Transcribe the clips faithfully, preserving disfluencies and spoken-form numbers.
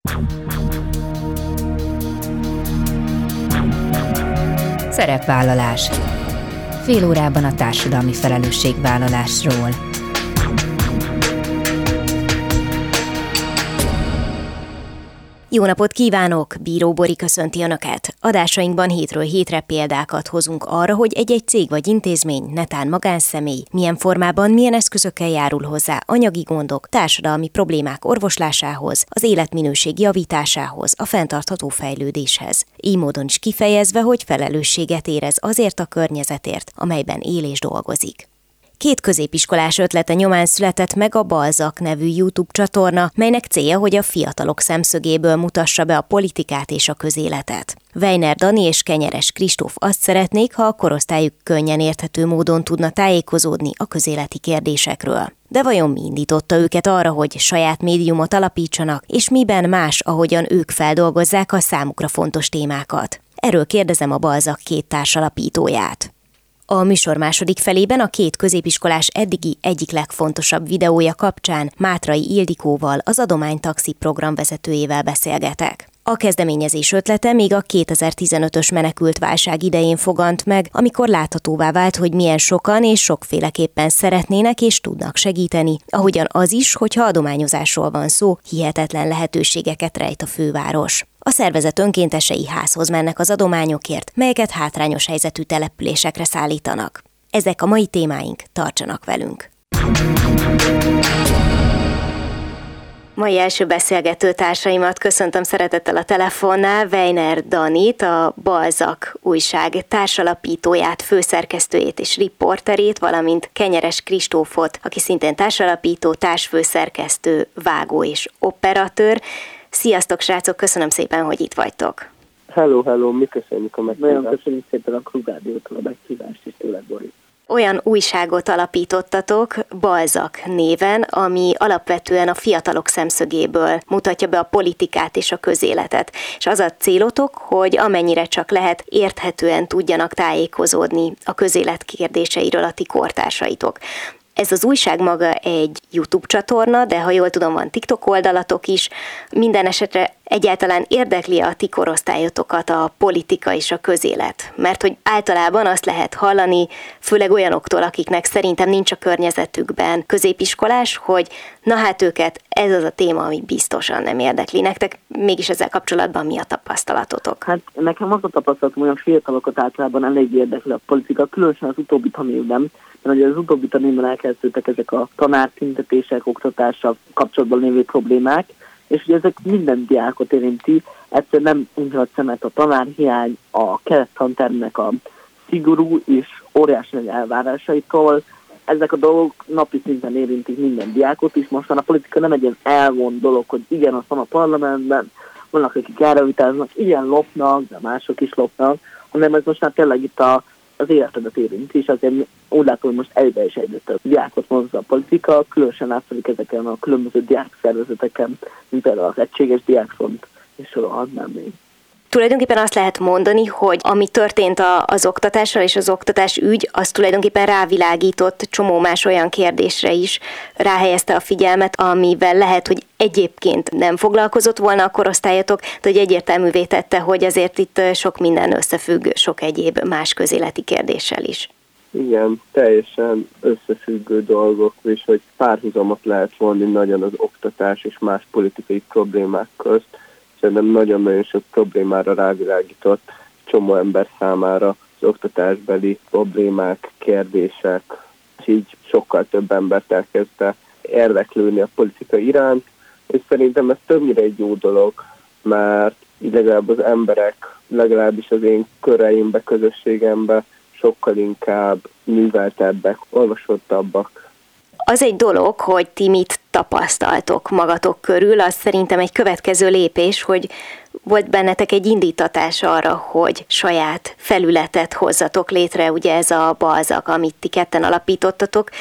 Szerepvállalás. Fél órában a társadalmi felelősségvállalásról. Jó napot kívánok! Bíró Bori köszönti Önöket. Adásainkban hétről hétre példákat hozunk arra, hogy egy-egy cég vagy intézmény, netán magánszemély, milyen formában, milyen eszközökkel járul hozzá anyagi gondok, társadalmi problémák orvoslásához, az életminőség javításához, a fenntartható fejlődéshez. Így módon is kifejezve, hogy felelősséget érez azért a környezetért, amelyben él és dolgozik. Két középiskolás ötlete nyomán született meg a Balzak nevű YouTube csatorna, melynek célja, hogy a fiatalok szemszögéből mutassa be a politikát és a közéletet. Weiner Dani és Kenyeres Kristóf azt szeretnék, ha a korosztályuk könnyen érthető módon tudna tájékozódni a közéleti kérdésekről. De vajon mi indította őket arra, hogy saját médiumot alapítsanak, és miben más, ahogyan ők feldolgozzák a számukra fontos témákat? Erről kérdezem a Balzak két társalapítóját. A műsor második felében a két középiskolás eddigi egyik legfontosabb videója kapcsán Mátrai Ildikóval, az Adománytaxi program vezetőjével beszélgetek. A kezdeményezés ötlete még a kétezer-tizenötös menekült válság idején fogant meg, amikor láthatóvá vált, hogy milyen sokan és sokféleképpen szeretnének és tudnak segíteni, ahogyan az is, hogyha adományozásról van szó, hihetetlen lehetőségeket rejt a főváros. A szervezet önkéntesei házhoz mennek az adományokért, melyeket hátrányos helyzetű településekre szállítanak. Ezek a mai témáink, tartsanak velünk! Mai első beszélgető társaimat köszöntöm szeretettel a telefonnál, Weiner Danit, a Balzak újság társalapítóját, főszerkesztőjét és riporterét, valamint Kenyeres Kristófot, aki szintén társalapító, társfőszerkesztő, vágó és operatőr. Sziasztok, srácok, köszönöm szépen, hogy itt vagytok. Hello, hello, mi köszönjük a meghívást. Nagyon köszönjük szépen a Klubrádiótól a meghívást, és tőled, Boris. Olyan újságot alapítottatok Balzak néven, ami alapvetően a fiatalok szemszögéből mutatja be a politikát és a közéletet. És az a célotok, hogy amennyire csak lehet érthetően tudjanak tájékozódni a közélet kérdéseiről a ti kortársaitok. Ez az újság maga egy YouTube csatorna, de ha jól tudom, van TikTok oldalatok is. Minden esetre egyáltalán érdekli a ti korosztályotokat a politika és a közélet? Mert hogy általában azt lehet hallani, főleg olyanoktól, akiknek szerintem nincs a környezetükben középiskolás, hogy na hát őket ez az a téma, ami biztosan nem érdekli. Nektek mégis ezzel kapcsolatban mi a tapasztalatotok? Hát nekem az a tapasztalatom, olyan fiatalokat általában elég érdekli a politika, különösen az utóbbi tanévben, mert ugye az utóbbi tanévben elkezdődtek ezek a tanártüntetések, oktatással kapcsolatban lévő problémák, és ugye ezek minden diákot érinti, egyszerűen nem unhat szemet a tanárhiány, a kereszttantervnek a szigorú és óriási nagy elvárásaitól. Ezek a dolgok napi szinten érintik minden diákot is. Most a politika nem egy ilyen elvont dolog, hogy igen, az van a parlamentben, vannak, akik erre vitáznak, igen, lopnak, de mások is lopnak, hanem ez most már tényleg itt a az életedet érinti, és azért úgy látom, hogy most egyre és egyre több diákot mozza a politika, különösen látszik ezeken a különböző diákszervezeteken, mint például az Egységes Diákfront, és sorolhatnám még. Tulajdonképpen azt lehet mondani, hogy ami történt az oktatással és az oktatás ügy, az tulajdonképpen rávilágított csomó más olyan kérdésre is, ráhelyezte a figyelmet, amivel lehet, hogy egyébként nem foglalkozott volna a korosztályatok, de hogy egyértelművé tette, hogy azért itt sok minden összefügg sok egyéb más közéleti kérdéssel is. Igen, teljesen összefüggő dolgok, és hogy párhuzamot lehet vonni nagyon az oktatás és más politikai problémák közt. Szerintem nagyon-nagyon sok problémára rávilágított csomó ember számára az oktatásbeli problémák, kérdések, és így sokkal több embert elkezdte érdeklődni a politika iránt, és szerintem ez többnyire egy jó dolog, mert így legalább az emberek, legalábbis az én köreimbe, közösségembe sokkal inkább műveltebbek, olvasottabbak. Az egy dolog, hogy ti mit tapasztaltok magatok körül, az szerintem egy következő lépés, hogy volt bennetek egy indítatás arra, hogy saját felületet hozzatok létre, ugye ez a Balzak, amit ti ketten alapítottatok.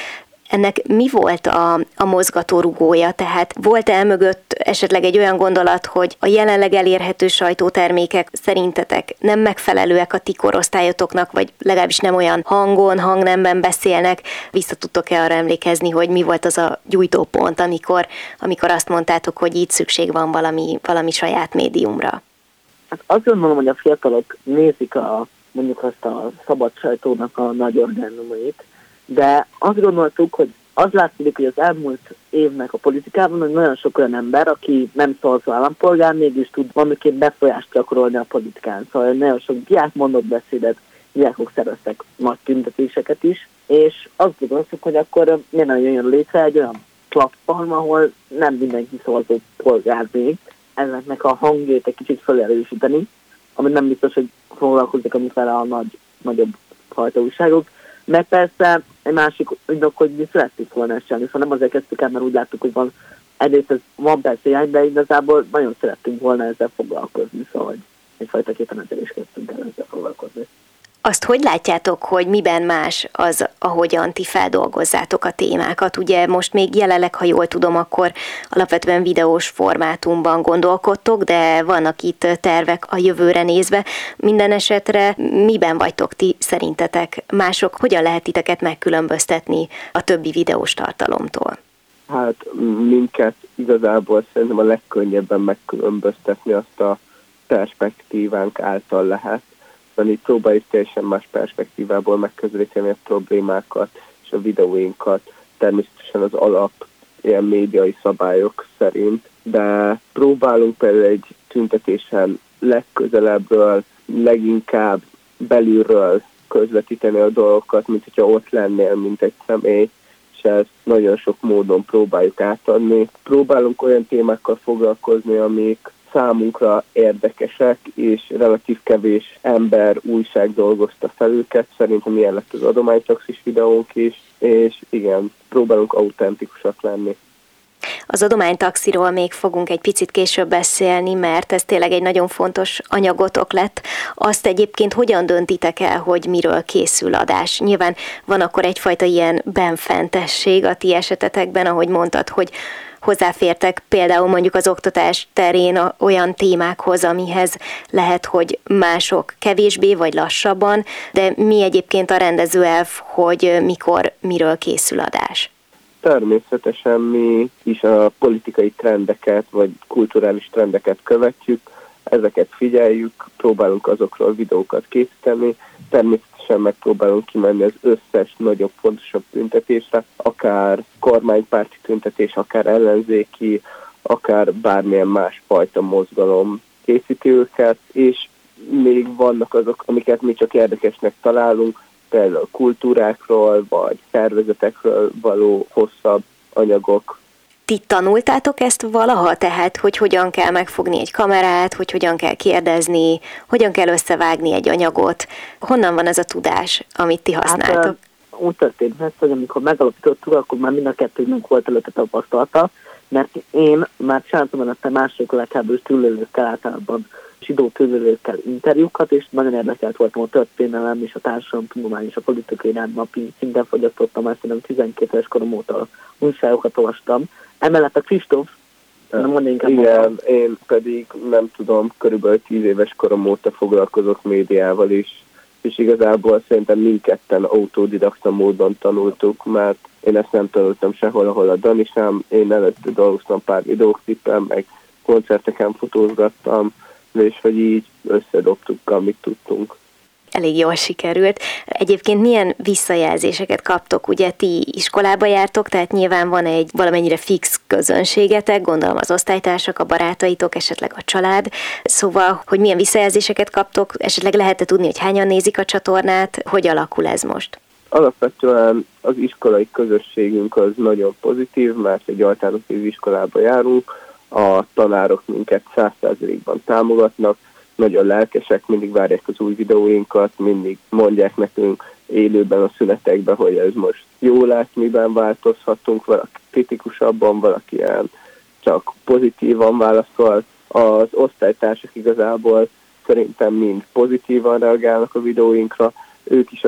Ennek mi volt a, a mozgatórugója? Tehát volt elmögött esetleg egy olyan gondolat, hogy a jelenleg elérhető sajtótermékek szerintetek nem megfelelőek a ti korosztályotoknak, vagy legalábbis nem olyan hangon, hangnemben beszélnek? Vissza tudtok-e arra emlékezni, hogy mi volt az a gyújtópont, amikor, amikor azt mondtátok, hogy itt szükség van valami, valami saját médiumra? Hát azt gondolom, hogy a fiatalok nézik a, mondjuk azt a szabad sajtónak a nagy orgánumait, de azt gondoltuk, hogy az látszik, hogy az elmúlt évnek a politikában, hogy nagyon sok olyan ember, aki nem szavazó állampolgár, mégis tud valamiképp befolyást gyakorolni a politikán. Szóval nagyon sok diák mondott beszédet, diákok szereztek nagy tüntetéseket is, és azt gondoltuk, hogy akkor miért nem jön létre egy olyan platform, ahol nem mindenki szavazó polgár még, ezeknek a hangjét egy kicsit felerősíteni, ami nem biztos, hogy foglalkozik amivel a nagy, nagyobb fajta újságok. Meg persze egy másik ügynök, hogy mi szerettük volna ezt csinálni, szóval nem azért kezdtük el, mert úgy láttuk, hogy van, egyrészt ez van persze irány, de igazából nagyon szerettünk volna ezzel foglalkozni, szóval egyfajta képen ezzel is kezdtünk el ezzel foglalkozni. Azt hogy látjátok, hogy miben más az, ahogyan ti feldolgozzátok a témákat? Ugye most még jelenleg, ha jól tudom, akkor alapvetően videós formátumban gondolkodtok, de vannak itt tervek a jövőre nézve. Minden esetre miben vagytok ti szerintetek mások? Hogyan lehet titeket megkülönböztetni a többi videós tartalomtól? Hát minket igazából szerintem a legkönnyebben megkülönböztetni azt a perspektívánk által lehet. Szóval így próbáljuk teljesen más perspektívából megközelíteni a problémákat és a videóinkat, természetesen az alap ilyen médiai szabályok szerint, de próbálunk például egy tüntetésen legközelebbről, leginkább belülről közvetíteni a dolgokat, mint hogyha ott lennél, mint egy személy, és ezt nagyon sok módon próbáljuk átadni. Próbálunk olyan témákkal foglalkozni, amik számunkra érdekesek, és relatív kevés ember, újság dolgozta fel őket. Szerintem ilyen lett az adománytaxis videónk is, és igen, próbálunk autentikusak lenni. Az adománytaxiról még fogunk egy picit később beszélni, mert ez tényleg egy nagyon fontos anyagotok lett. Azt egyébként hogyan döntitek el, hogy miről készül adás? Nyilván van akkor egyfajta ilyen benfentesség a ti esetetekben, ahogy mondtad, hogy hozzáfértek például mondjuk az oktatás terén olyan témákhoz, amihez lehet, hogy mások kevésbé vagy lassabban, de mi egyébként a rendezőelv, hogy mikor, miről készül adás? Természetesen mi is a politikai trendeket vagy kulturális trendeket követjük, ezeket figyeljük, próbálunk azokról videókat készíteni, természetesen megpróbálunk kimenni az összes nagyobb, fontosabb tüntetésre, akár kormánypárti tüntetés, akár ellenzéki, akár bármilyen másfajta mozgalom készíti őket, és még vannak azok, amiket mi csak érdekesnek találunk, például kultúrákról, vagy szervezetekről való hosszabb anyagok. Ti tanultátok ezt valaha? Tehát, hogy hogyan kell megfogni egy kamerát, hogy hogyan kell kérdezni, hogyan kell összevágni egy anyagot? Honnan van ez a tudás, amit ti használtok? Hát, úgy történt ez, hogy amikor megalapítottuk, akkor már mind a kettőnek volt előtte tapasztalata, mert én már csináltam előtte mások legháborús túlélőkkel, általában zsidó túlélőkkel interjúkat, és nagyon érdekelt voltam a történelem és a társadalomtudomány és a politikai irány napi szinten fogyasztottam, ezt nem tizenkét éves korom óta újságokat olvastam. Emellett a Kristóf, nem mondja inkább Igen, mondom. Én pedig nem tudom, körülbelül tíz éves korom óta foglalkozok médiával is, és igazából szerintem mindketten autodidakta módon tanultuk, mert én ezt nem tanultam sehol, ahol a Dani sem, én előtte dolgoztam pár videóklippen, meg koncerteken fotózgattam, és hogy így összedobtuk, amit tudtunk. Elég jól sikerült. Egyébként milyen visszajelzéseket kaptok? Ugye ti iskolába jártok, tehát nyilván van egy valamennyire fix közönségetek, gondolom az osztálytársak, a barátaitok, esetleg a család. Szóval, hogy milyen visszajelzéseket kaptok, esetleg lehet-e tudni, hogy hányan nézik a csatornát, hogy alakul ez most? Alapvetően az iskolai közösségünk az nagyon pozitív, mert egy általános iskolába járunk, a tanárok minket száz százalékban támogatnak, nagyon lelkesek, mindig várják az új videóinkat, mindig mondják nekünk élőben a szünetekben, hogy ez most jó lesz, miben változhatunk, valaki kritikusabban, valaki ilyen csak pozitívan válaszol. Az osztálytársak igazából szerintem mind pozitívan reagálnak a videóinkra, ők is azért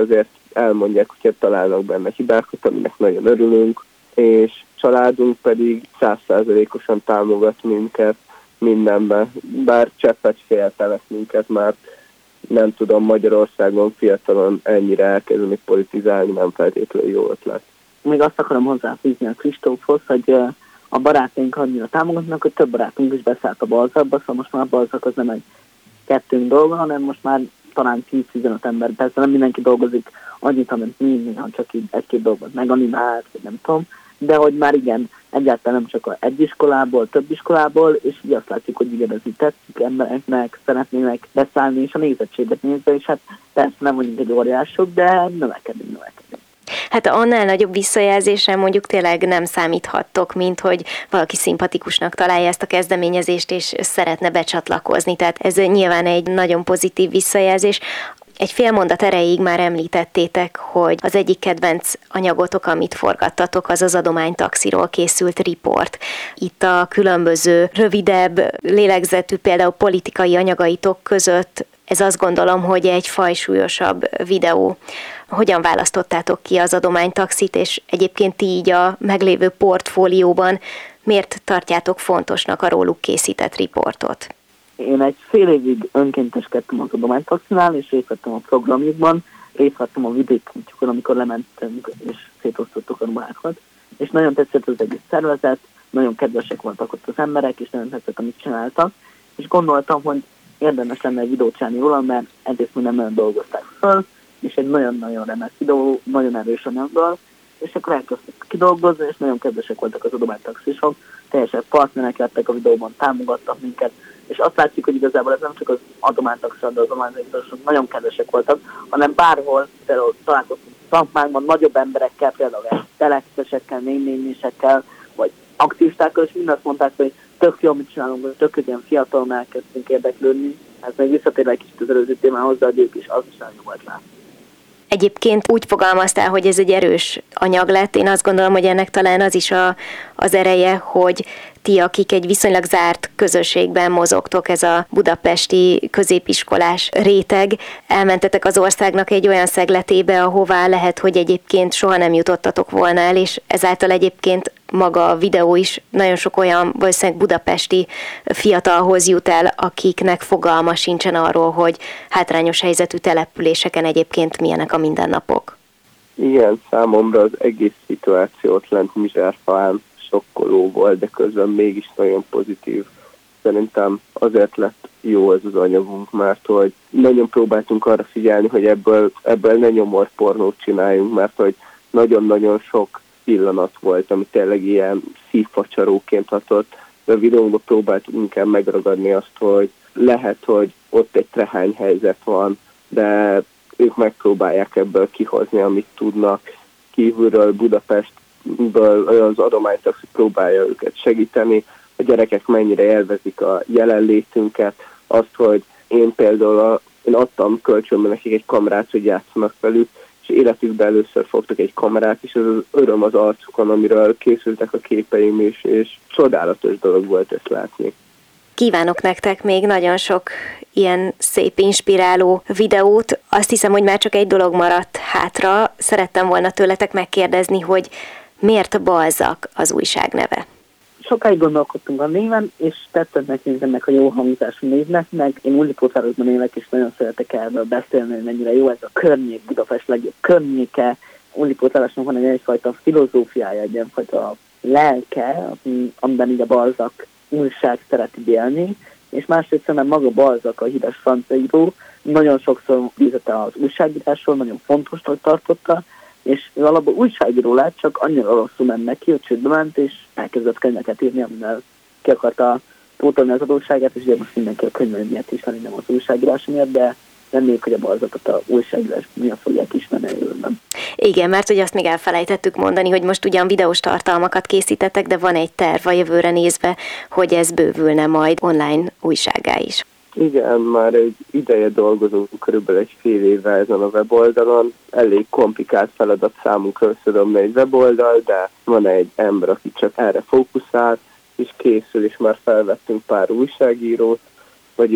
elmondják, hogyha találnak benne hibákat, aminek nagyon örülünk, és családunk pedig száz százalékosan támogat minket mindenben, bár cseppet féltelek minket, mert nem tudom, Magyarországon fiatalon ennyire elkezdeni politizálni nem feltétlenül jó ötlet. Még azt akarom hozzáfűzni a Kristófhoz, hogy a barátaink annyira támogatnak, hogy több barátunk is beszállt a Balzakba, szóval most már a Balzak az nem egy kettőnk dolga, hanem most már talán tíz-tizenöt ember, persze nem mindenki dolgozik annyit, amit mi, néha csak így egy-két dolgot meganimált, vagy nem tudom, de hogy már igen, egyáltalán nem csak egy iskolából, több iskolából, és így azt látjuk, hogy igen, ez így tetszik embereknek, szeretnének beszállni, és a nézettséget nézve, és hát persze nem vagyunk egy óriások, de növekedünk, növekedünk. Hát annál nagyobb visszajelzésre mondjuk tényleg nem számíthattok, mint hogy valaki szimpatikusnak találja ezt a kezdeményezést, és szeretne becsatlakozni. Tehát ez nyilván egy nagyon pozitív visszajelzés. Egy fél mondat erejéig már említettétek, hogy az egyik kedvenc anyagotok, amit forgattatok, az az adománytaxiról készült riport. Itt a különböző rövidebb lélegzetű, például politikai anyagaitok között ez azt gondolom, hogy egy fajsúlyosabb videó. Hogyan választottátok ki az adománytaxit, és egyébként ti így a meglévő portfólióban miért tartjátok fontosnak a róluk készített riportot? Én egy fél évig önkénteskedtem az adománytaxinál, és részt vettem a programjukban, részt vettem a vidékpontjukon, amikor lementünk és szétosztottuk a ruhákat. És nagyon tetszett az egész szervezet, nagyon kedvesek voltak ott az emberek, és nagyon tetszett, amit csináltak. És gondoltam, hogy érdemes lenne egy videót csinálni róla, mert egyrészt még nem nagyon dolgozták föl, és egy nagyon-nagyon remek videó, nagyon erős anyaggal, és akkor elkezdtek kidolgozni, és nagyon kedvesek voltak az adománytaxisok, teljesen partnerek lettek a videóban, támogattak minket, és azt látjuk, hogy igazából ez nem csak az adománytaxisok, de az adománytaxisok nagyon kedvesek voltak, hanem bárhol, például találkoztunk szakmákban nagyobb emberekkel, például telexesekkel, négy-négynésekkel, vagy aktivistákkal, és mind azt mondták, hogy tök jó, mit csinálunk, hogy tök ilyen fiatalon elkezdtünk érdeklődni. Hát meg visszatérve egy kicsit az előző témához, de a győk is az is nagyon jó volt látni. Egyébként úgy fogalmaztál, hogy ez egy erős anyag lett. Én azt gondolom, hogy ennek talán az is a, az ereje, hogy ti, akik egy viszonylag zárt közösségben mozogtok, ez a budapesti középiskolás réteg, elmentetek az országnak egy olyan szegletébe, ahová lehet, hogy egyébként soha nem jutottatok volna el, és ezáltal egyébként maga a videó is nagyon sok olyan valószínűleg budapesti fiatalhoz jut el, akiknek fogalma sincsen arról, hogy hátrányos helyzetű településeken egyébként milyenek a mindennapok. Igen, számomra az egész szituációt lent Mizsárfalán sokkoló volt, de közben mégis nagyon pozitív. Szerintem azért lett jó ez az anyagunk, mert hogy nagyon próbáltunk arra figyelni, hogy ebből, ebből ne nyomorpornót csináljunk, mert hogy nagyon-nagyon sok pillanat volt, ami tényleg ilyen szívfacsaróként hatott, de a videónkban próbáltuk inkább megragadni azt, hogy lehet, hogy ott egy trehány helyzet van, de ők megpróbálják ebből kihozni, amit tudnak. Kívülről, Budapestből az adománytaxi próbálja őket segíteni, a gyerekek mennyire élvezik a jelenlétünket, azt, hogy én például a, én adtam kölcsönbe nekik egy kamerát, hogy játszanak velük, és életükben először fogtak egy kamerát, és ez az öröm az arcukon, amiről készültek a képeim is, és csodálatos dolog volt ezt látni. Kívánok nektek még nagyon sok ilyen szép, inspiráló videót. Azt hiszem, hogy már csak egy dolog maradt hátra. Szerettem volna tőletek megkérdezni, hogy miért Balzak az újság neve? Sokáig gondolkodtunk a néven, és tetszett nekünk ennek a jó hangzású névnek, meg én Újlipótvárosban élek, és nagyon szeretek erről beszélni, hogy mennyire jó ez a környék, Budapest legjobb környéke. Újlipótvárosnak van egy egyfajta filozófiája, egy egyfajta lelke, amiben így a Balzak újság szereti élni, és másrészt szerintem maga Balzak, a híres francia író, nagyon sokszor bízette az újságírásról, nagyon fontosnak tartotta, és ő alapból újságíró lett, csak annyira rosszul ment neki, hogy csődbe ment, és elkezdett könyveket írni, amivel ki akarta pótolni az adósságát, és ugye most mindenki a könyvek miatt ismeri, nem az újságírás miatt, de reméljük, hogy a Balzakot a újságírás miatt fogják ismerni a jövőben. Igen, mert ugye azt még elfelejtettük mondani, hogy most ugyan videós tartalmakat készítettek, de van egy terv a jövőre nézve, hogy ez bővülne majd online újsággá is. Igen, már egy ideje dolgozunk, körülbelül egy fél éve ezen a weboldalon. Elég komplikált feladat számunkra összedobni egy weboldal, de van egy ember, aki csak erre fókuszál, és készül, és már felvettünk pár újságírót, vagyis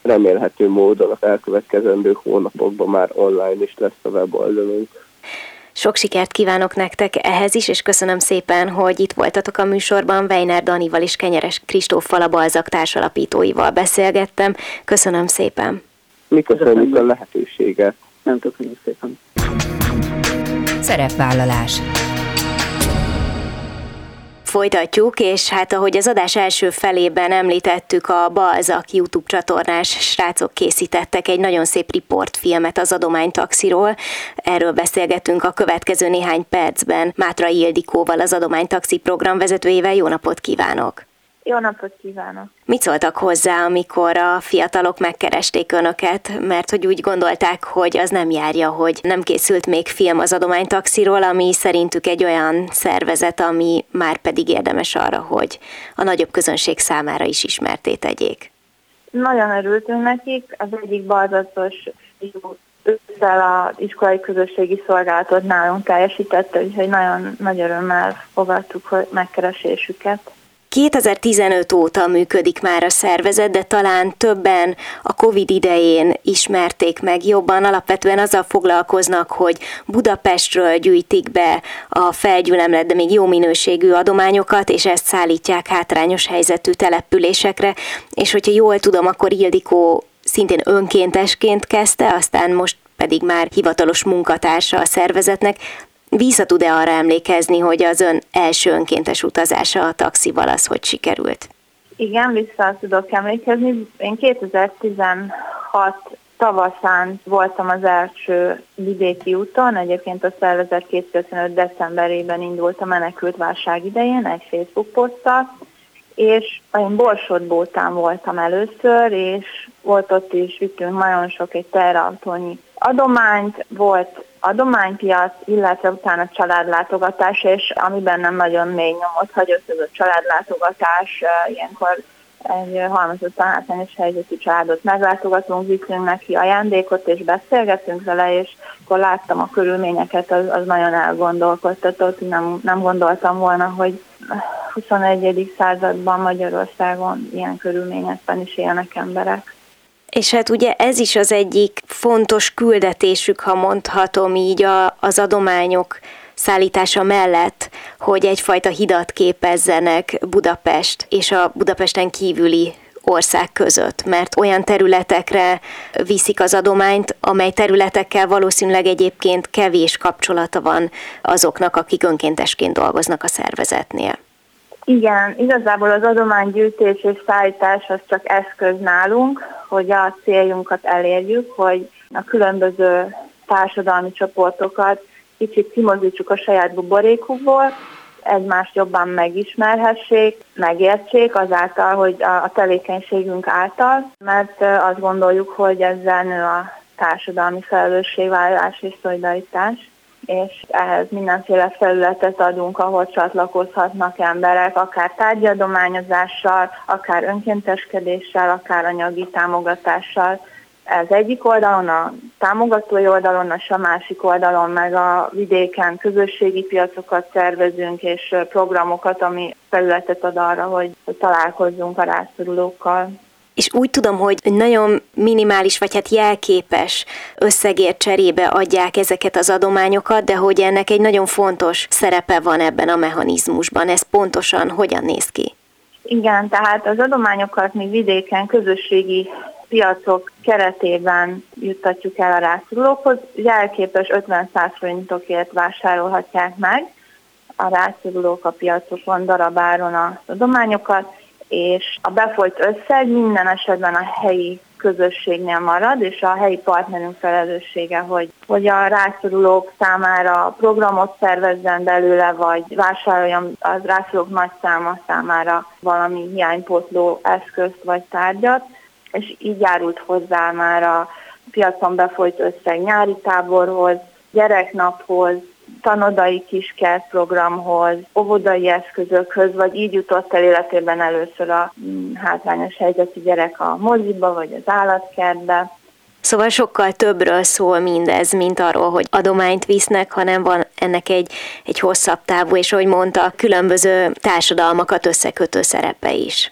remélhető módon az elkövetkezendő hónapokban már online is lesz a weboldalunk. Sok sikert kívánok nektek ehhez is, és köszönöm szépen, hogy itt voltatok a műsorban. Weiner Danival és Kenyeres Kristóffal, a Balzak társalapítóival beszélgettem. Köszönöm szépen. Mi köszönjük a lehetőséget. Nem köszönjük szépen. Szerepvállalás. Folytatjuk, és hát ahogy az adás első felében említettük, a Balzak YouTube csatornás srácok készítettek egy nagyon szép riportfilmet az adománytaxiról. Erről beszélgetünk a következő néhány percben Mátrai Ildikóval, az adománytaxi program vezetőjével. Jó napot kívánok! Jó napot kívánok! Mit szóltak hozzá, amikor a fiatalok megkeresték önöket, mert hogy úgy gondolták, hogy az nem járja, hogy nem készült még film az adománytaxiról, ami szerintük egy olyan szervezet, ami már pedig érdemes arra, hogy a nagyobb közönség számára is ismertté tegyék? Nagyon örültünk nekik, az egyik balzatos ősszel az iskolai közösségi szolgálatot nálunk teljesítette, úgyhogy nagyon nagy örömmel fogadtuk hogy megkeresésüket. kétezer-tizenöt óta működik már a szervezet, de talán többen a Covid idején ismerték meg jobban. Alapvetően azzal foglalkoznak, hogy Budapestről gyűjtik be a felgyülemlett, de még jó minőségű adományokat, és ezt szállítják hátrányos helyzetű településekre. És hogyha jól tudom, akkor Ildikó szintén önkéntesként kezdte, aztán most pedig már hivatalos munkatársa a szervezetnek. Vissza tud-e arra emlékezni, hogy az ön első önkéntes utazása a taxival az hogy sikerült? Igen, vissza tudok emlékezni. Én kétezer-tizenhat tavaszán voltam az első vidéki úton, egyébként a szervezet kétezer-tizenöt decemberében indult a menekült válság idején egy Facebook poszttal, és én Borsod-Bótán voltam először, és volt ott is, vittünk nagyon sok egy teherautónyi adományt, volt adománypiac, illetve utána családlátogatás, és ami bennem nagyon mély nyomot hagyott, ez a családlátogatás, ilyenkor egy halmozottan hátrányos helyzetű családot meglátogatunk, viszünk neki ajándékot, és beszélgetünk vele, és akkor láttam a körülményeket, az, az nagyon elgondolkodtatott, nem, nem gondoltam volna, hogy huszonegyedik században Magyarországon ilyen körülményekben is élnek emberek. És hát ugye ez is az egyik fontos küldetésük, ha mondhatom így, a, az adományok szállítása mellett, hogy egyfajta hidat képezzenek Budapest és a Budapesten kívüli ország között, mert olyan területekre viszik az adományt, amely területekkel valószínűleg egyébként kevés kapcsolata van azoknak, akik önkéntesként dolgoznak a szervezetnél. Igen, igazából az adománygyűjtés és szállítás az csak eszköz nálunk, hogy a céljunkat elérjük, hogy a különböző társadalmi csoportokat kicsit kimozdítsuk a saját buborékukból, egymást jobban megismerhessék, megértsék azáltal, hogy a tevékenységünk által, mert azt gondoljuk, hogy ezzel nő a társadalmi felelősségvállalás és szolidaritás, és ehhez mindenféle felületet adunk, ahol csatlakozhatnak emberek, akár tárgyadományozással, akár önkénteskedéssel, akár anyagi támogatással. Ez egyik oldalon, a támogatói oldalon, és a másik oldalon meg a vidéken közösségi piacokat szervezünk, és programokat, ami felületet ad arra, hogy találkozzunk a rászorulókkal. És úgy tudom, hogy nagyon minimális, vagy hát jelképes összegért cserébe adják ezeket az adományokat, de hogy ennek egy nagyon fontos szerepe van ebben a mechanizmusban. Ez pontosan hogyan néz ki? Igen, tehát az adományokat mi vidéken közösségi piacok keretében juttatjuk el a rászorulókhoz. Jelképes ötven-száz forintokért vásárolhatják meg a rászorulók a piacokon darabáron az adományokat, és a befolyt összeg minden esetben a helyi közösségnél marad, és a helyi partnerünk felelőssége, hogy, hogy a rászorulók számára programot szervezzen belőle, vagy vásároljon az rászorulók nagy száma számára valami hiánypótló eszközt vagy tárgyat, és így járult hozzá már a piacon befolyt összeg nyári táborhoz, gyereknaphoz, tanodai kiskertprogramhoz, óvodai eszközökhöz, vagy így jutott el életében először a hátrányos helyzetű gyerek a moziba, vagy az állatkertbe. Szóval sokkal többről szól mindez, mint arról, hogy adományt visznek, hanem van ennek egy, egy hosszabb távú, és ahogy mondta, különböző társadalmakat összekötő szerepe is.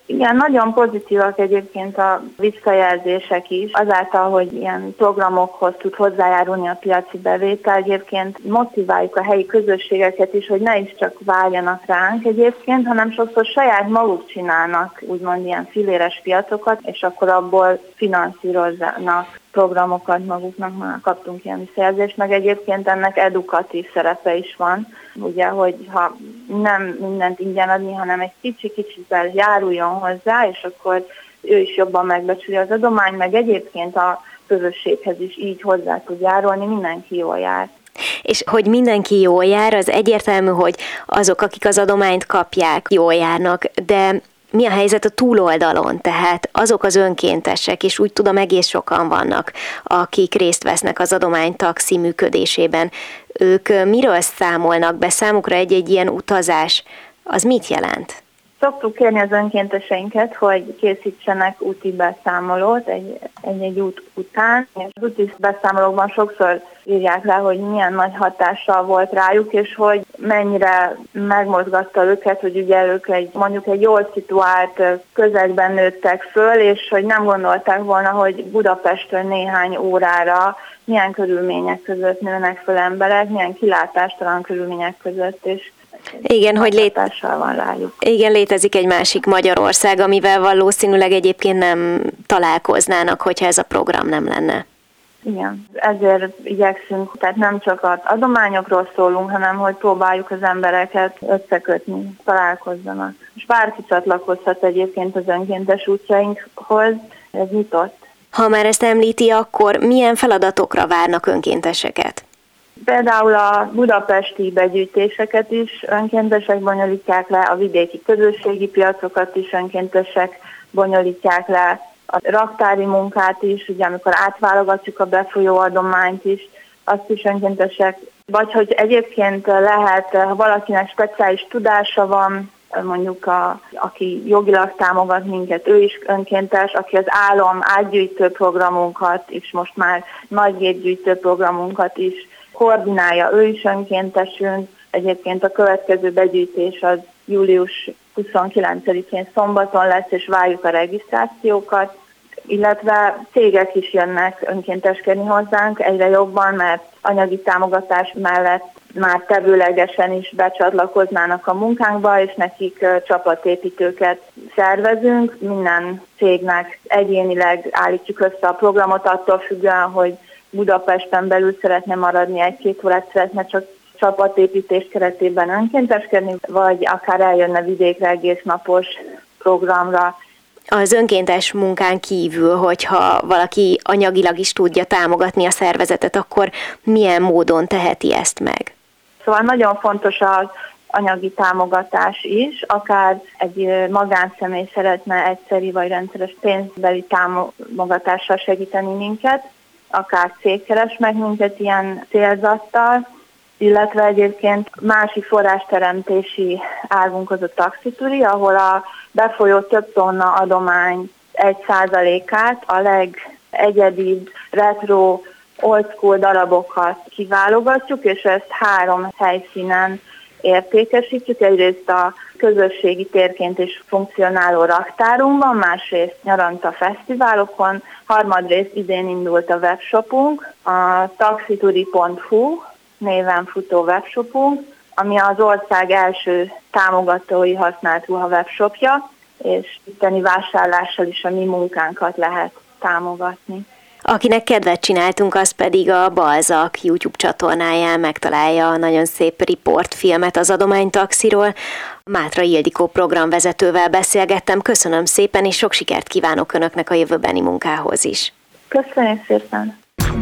Igen, nagyon pozitívak egyébként a visszajelzések is. Azáltal, hogy ilyen programokhoz tud hozzájárulni a piaci bevétel, egyébként motiváljuk a helyi közösségeket is, hogy ne is csak várjanak ránk egyébként, hanem sokszor saját maguk csinálnak úgymond ilyen filéres piacokat, és akkor abból finanszíroznak programokat maguknak, már kaptunk ilyen visszajelzést, meg egyébként ennek edukatív szerepe is van. Ugye, hogy ha nem mindent ingyen adni, hanem egy kicsi-kicsivel járuljon hozzá, és akkor ő is jobban megbecsüli az adomány, meg egyébként a közösséghez is így hozzá tud járulni, mindenki jól jár. És hogy mindenki jól jár, az egyértelmű, hogy azok, akik az adományt kapják, jól járnak, de mi a helyzet a túloldalon? Tehát azok az önkéntesek, és úgy tudom, egész sokan vannak, akik részt vesznek az adománytaxi működésében. Ők miről számolnak be? Számukra egy-egy ilyen utazás, az mit jelent? Szoktuk kérni az önkénteseinket, hogy készítsenek úti beszámolót egy, egy út után, és az úti beszámolókban sokszor írják le, hogy milyen nagy hatással volt rájuk, és hogy mennyire megmozgatta őket, hogy ugye ők egy, mondjuk egy jól szituált közegben nőttek föl, és hogy nem gondolták volna, hogy Budapestről néhány órára milyen körülmények között nőnek föl emberek, milyen kilátástalan körülmények között, és Igen, hogy lét... van rájuk. Igen, létezik egy másik Magyarország, amivel valószínűleg egyébként nem találkoznának, hogyha ez a program nem lenne. Igen, ezért igyekszünk, tehát nem csak az adományokról szólunk, hanem hogy próbáljuk az embereket összekötni, találkozzanak. És bárki csatlakozhat egyébként az önkéntes útjainkhoz, ez nyitott. Ha már ezt említi, akkor milyen feladatokra várnak önkénteseket? Például a budapesti begyűjtéseket is önkéntesek bonyolítják le, a vidéki közösségi piacokat is önkéntesek bonyolítják le, a raktári munkát is, ugye amikor átválogatjuk a befolyó adományt is, azt is önkéntesek. Vagy hogy egyébként lehet, ha valakinek speciális tudása van, mondjuk a, aki jogilag támogat minket, ő is önkéntes, aki az álom átgyűjtő programunkat, és most már nagy gépgyűjtő programunkat is koordinálja, ő is önkéntesünk. Egyébként a következő begyűjtés az július huszonkilencedikén szombaton lesz, és várjuk a regisztrációkat, illetve cégek is jönnek önkénteskedni hozzánk egyre jobban, mert anyagi támogatás mellett már tevőlegesen is becsatlakoznának a munkánkba, és nekik csapatépítőket szervezünk. Minden cégnek egyénileg állítjuk össze a programot, attól függően, hogy Budapesten belül szeretne maradni, egy-két órát szeretne csak csapatépítés keretében önkénteskedni, vagy akár eljönne vidékre egész napos programra. Az önkéntes munkán kívül, hogyha valaki anyagilag is tudja támogatni a szervezetet, akkor milyen módon teheti ezt meg? Szóval nagyon fontos az anyagi támogatás is, akár egy magánszemély szeretne egyszeri vagy rendszeres pénzbeli támogatással segíteni minket, akár cég keres meg minket ilyen célzattal, illetve egyébként másik forrásteremtési águnk az a taxituri, ahol a befolyó több tonna adomány egy százalékát, a legegyedibb retro old school darabokat kiválogatjuk, és ezt három helyszínen értékesítjük. Egyrészt a közösségi térként is funkcionáló raktárunkban, másrészt nyaranta fesztiválokon, harmadrészt idén indult a webshopunk, a taxituri pont hu néven futó webshopunk, ami az ország első támogatói használt ruha webshopja, és itteni vásárlással is a mi munkánkat lehet támogatni. Akinek kedvet csináltunk, az pedig a Balzak YouTube csatornáján megtalálja a nagyon szép riportfilmet az adománytaxiról. Mátrai Ildikó programvezetővel beszélgettem, köszönöm szépen, és sok sikert kívánok Önöknek a jövőbeni munkához is. Köszönöm szépen!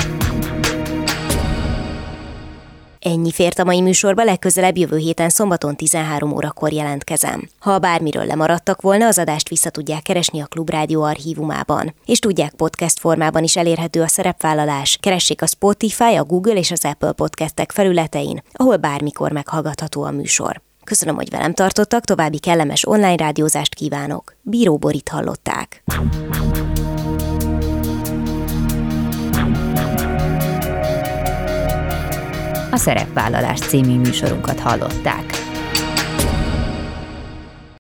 Ennyi fért a mai műsorba, legközelebb jövő héten szombaton tizenhárom órakor jelentkezem. Ha bármiről lemaradtak volna, az adást vissza tudják keresni a Klubrádió archívumában. És tudják, podcast formában is elérhető a szerepvállalás. Keressék a Spotify, a Google és az Apple podcastek felületein, ahol bármikor meghallgatható a műsor. Köszönöm, hogy velem tartottak, további kellemes online rádiózást kívánok. Bíró Borit hallották. A Szerepvállalás című műsorunkat hallották.